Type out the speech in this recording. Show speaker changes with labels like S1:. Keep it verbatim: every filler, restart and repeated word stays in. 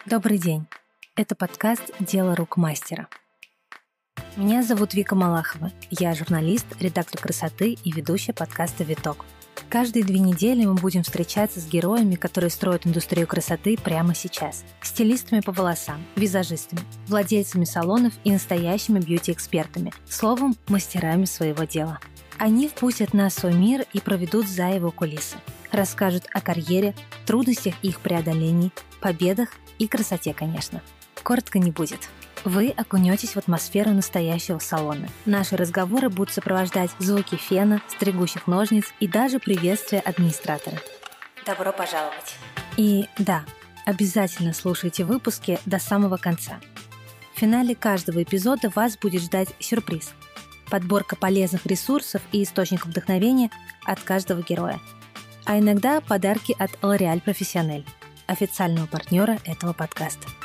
S1: Добрый день. Это подкаст «Дело рук мастера». Меня зовут Вика Малахова. Я журналист, редактор красоты и ведущая подкаста «Виток». Каждые две недели мы будем встречаться с героями, которые строят индустрию красоты прямо сейчас. Стилистами по волосам, визажистами, владельцами салонов и настоящими бьюти-экспертами. Словом, мастерами своего дела. Они впустят нас в свой мир и проведут за его кулисы. Расскажут о карьере, трудностях их преодолений, победах и красоте, конечно. Коротко не будет. Вы окунетесь в атмосферу настоящего салона. Наши разговоры будут сопровождать звуки фена, стригущих ножниц и даже приветствие администратора. Добро пожаловать! И да, обязательно слушайте выпуски до самого конца. В финале каждого эпизода вас будет ждать сюрприз. Подборка полезных ресурсов и источников вдохновения от каждого героя. А иногда подарки от L'Oréal Professionnel, официального партнера этого подкаста.